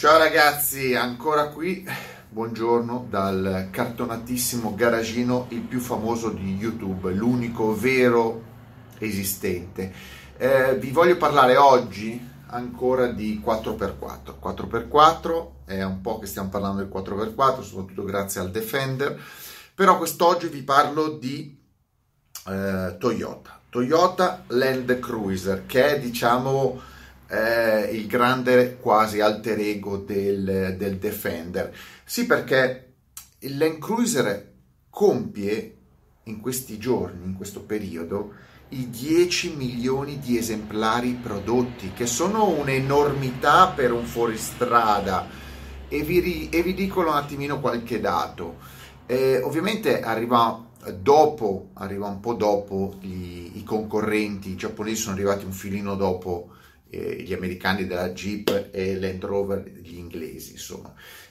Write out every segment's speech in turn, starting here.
Ciao ragazzi, ancora qui, buongiorno dal cartonatissimo garagino, il più famoso di YouTube, l'unico vero esistente. Vi voglio parlare oggi ancora di 4x4. 4x4 è un po' che stiamo parlando del 4x4, soprattutto grazie al Defender, però quest'oggi vi parlo di Toyota Land Cruiser, che è il grande quasi alter ego del Defender. Sì, perché il Land Cruiser compie in questi giorni, in questo periodo, i 10 milioni di esemplari prodotti, che sono un'enormità per un fuoristrada. E vi dico un attimino qualche dato. Ovviamente arriva un po' dopo i concorrenti. I giapponesi sono arrivati un filino dopo gli americani della Jeep e Land Rover, gli inglesi, insomma.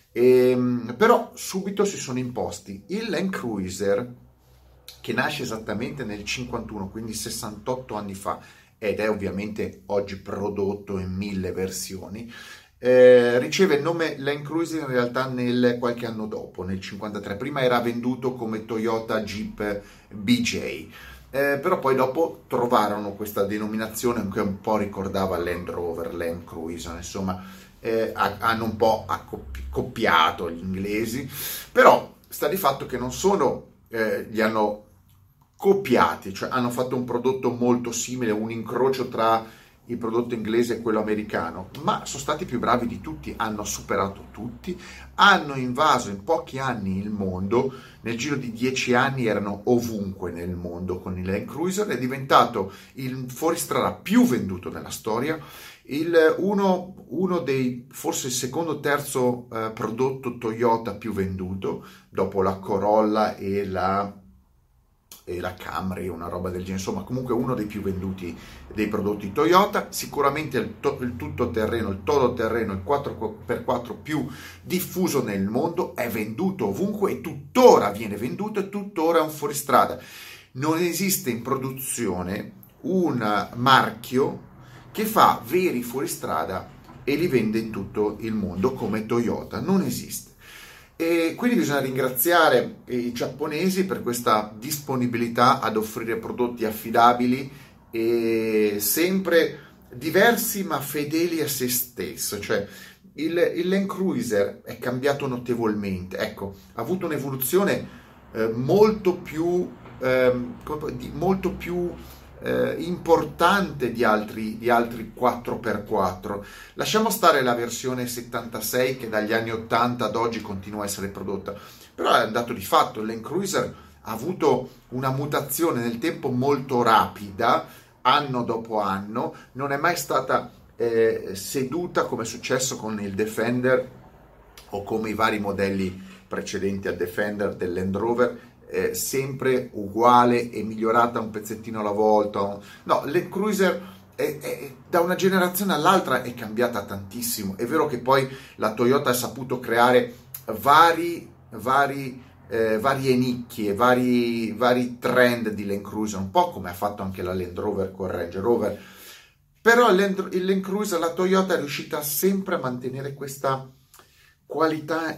Però subito si sono imposti il Land Cruiser, che nasce esattamente nel 51, quindi 68 anni fa, ed è ovviamente oggi prodotto in 1000 versioni. Riceve il nome Land Cruiser in realtà qualche anno dopo, nel 53. Prima era venduto come Toyota Jeep BJ. Però poi dopo trovarono questa denominazione che un po' ricordava Land Rover, Land Cruiser, insomma, hanno un po' copiato gli inglesi, però sta di fatto che non sono, li hanno copiati, cioè hanno fatto un prodotto molto simile, un incrocio tra il prodotto inglese e quello americano, ma sono stati più bravi di tutti, hanno superato tutti, hanno invaso in pochi anni il mondo. Nel giro di 10 anni erano ovunque nel mondo con il Land Cruiser, è diventato il fuoristrada più venduto nella storia, uno dei, forse il secondo o terzo prodotto Toyota più venduto, dopo la Corolla e la Camry, una roba del genere, insomma comunque uno dei più venduti dei prodotti Toyota, sicuramente il tuttoterreno, il todoterreno, il 4x4 più diffuso nel mondo, è venduto ovunque e tuttora viene venduto e tuttora è un fuoristrada. Non esiste in produzione un marchio che fa veri fuoristrada e li vende in tutto il mondo come Toyota, non esiste. E quindi bisogna ringraziare i giapponesi per questa disponibilità ad offrire prodotti affidabili e sempre diversi ma fedeli a se stesso. Cioè il Land Cruiser è cambiato notevolmente, ecco, ha avuto un'evoluzione molto più importante di altri 4x4. Lasciamo stare la versione 76 che dagli anni 80 ad oggi continua a essere prodotta, però è un dato di fatto, il Land Cruiser ha avuto una mutazione nel tempo molto rapida, anno dopo anno, non è mai stata seduta come è successo con il Defender o come i vari modelli precedenti al Defender del Land Rover, sempre uguale e migliorata un pezzettino alla volta. No, Land Cruiser da una generazione all'altra è cambiata tantissimo. È vero che poi la Toyota ha saputo creare varie nicchie, vari trend di Land Cruiser, un po' come ha fatto anche la Land Rover con Range Rover, però il Land Cruiser, la Toyota è riuscita sempre a mantenere questa qualità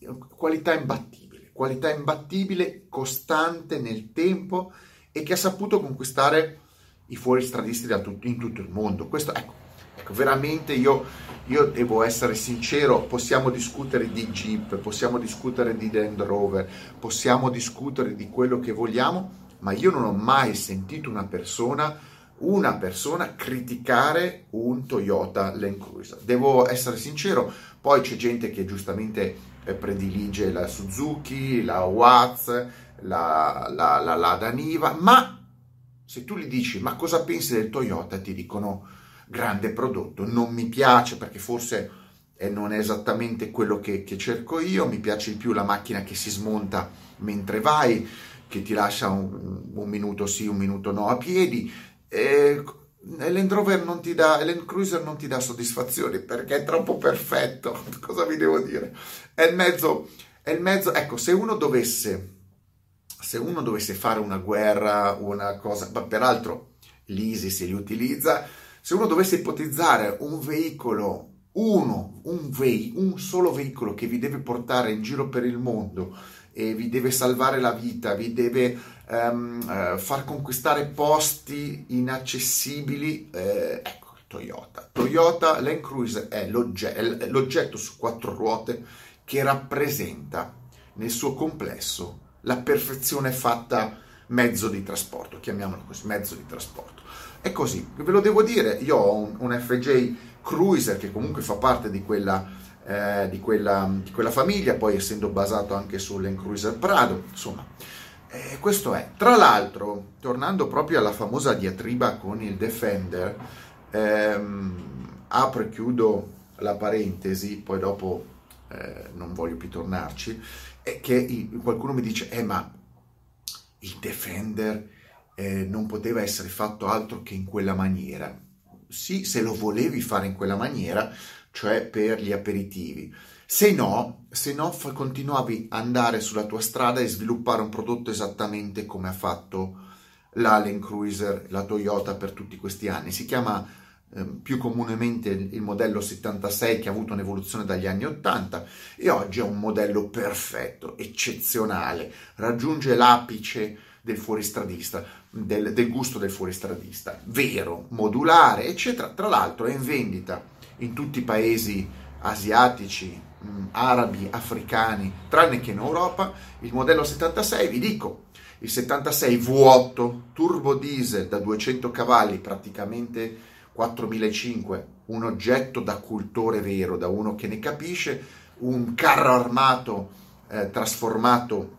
imbattibile, costante nel tempo e che ha saputo conquistare i fuoristradisti in tutto il mondo. Questo, ecco, veramente io devo essere sincero, possiamo discutere di Jeep, possiamo discutere di Land Rover, possiamo discutere di quello che vogliamo, ma io non ho mai sentito una persona criticare un Toyota Land Cruiser. Devo essere sincero, poi c'è gente che giustamente predilige la Suzuki, la Watts, la Lada Niva, ma se tu gli dici ma cosa pensi del Toyota, ti dicono grande prodotto, non mi piace perché forse non è esattamente quello che cerco io, mi piace di più la macchina che si smonta mentre vai, che ti lascia un minuto sì, un minuto no a piedi. Land Cruiser non ti dà soddisfazioni perché è troppo perfetto. Cosa vi devo dire? È il mezzo. Ecco, se uno dovesse fare una guerra, una cosa, ma peraltro l'Easy se li utilizza, se uno dovesse ipotizzare un veicolo un solo veicolo che vi deve portare in giro per il mondo e vi deve salvare la vita, vi deve far conquistare posti inaccessibili, ecco, Toyota Land Cruiser è l'oggetto su 4 ruote che rappresenta nel suo complesso la perfezione fatta mezzo di trasporto, chiamiamolo così, mezzo di trasporto. È così, ve lo devo dire, io ho un FJ Cruiser che comunque fa parte di quella famiglia, poi essendo basato anche sul Land Cruiser Prado, insomma, questo è. Tra l'altro, tornando proprio alla famosa diatriba con il Defender, apro e chiudo la parentesi, poi dopo non voglio più tornarci, è che qualcuno mi dice, ma il Defender non poteva essere fatto altro che in quella maniera. Sì, se lo volevi fare in quella maniera, cioè per gli aperitivi. Se no, continuavi ad andare sulla tua strada e sviluppare un prodotto esattamente come ha fatto la Land Cruiser, la Toyota per tutti questi anni. Si chiama più comunemente il modello 76, che ha avuto un'evoluzione dagli anni 80 e oggi è un modello perfetto, eccezionale, raggiunge l'apice del fuoristradista, del gusto del fuoristradista, vero, modulare, eccetera. Tra l'altro è in vendita in tutti i paesi asiatici, arabi, africani, tranne che in Europa. Il modello 76, vi dico, il 76 V8 turbo diesel da 200 cavalli, praticamente 4.500, un oggetto da cultore vero, da uno che ne capisce, un carro armato trasformato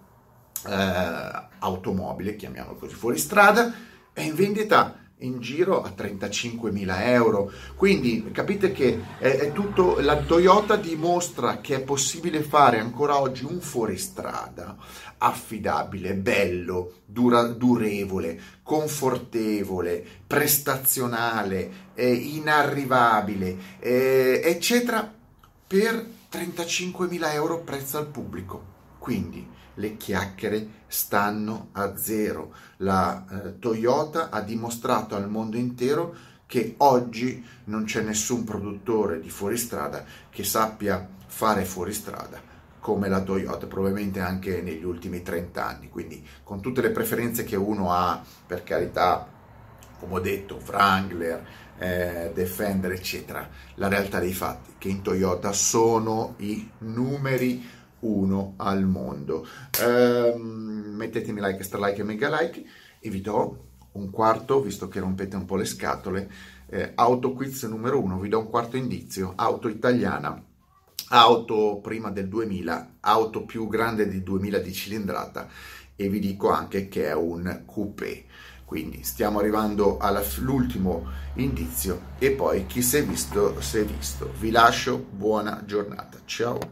automobile, chiamiamolo così, fuori strada, è in vendita in giro a 35.000 euro. Quindi capite che è tutto, la Toyota dimostra che è possibile fare ancora oggi un fuoristrada affidabile, bello, durevole, confortevole, prestazionale, inarrivabile, eccetera, per 35.000 euro prezzo al pubblico. Quindi le chiacchiere stanno a zero. La Toyota ha dimostrato al mondo intero che oggi non c'è nessun produttore di fuoristrada che sappia fare fuoristrada come la Toyota, probabilmente anche negli ultimi 30 anni. Quindi con tutte le preferenze che uno ha, per carità, come ho detto, Wrangler, Defender, eccetera, la realtà dei fatti è che in Toyota sono i numeri 1 al mondo. Mettetemi like, stralike e mega like e vi do un quarto, visto che rompete un po' le scatole, auto quiz numero 1, vi do un quarto indizio: auto italiana, auto prima del 2000, auto più grande di 2000 di cilindrata, e vi dico anche che è un coupé. Quindi stiamo arrivando all'ultimo indizio e poi chi si è visto si è visto. Vi lascio, buona giornata, ciao.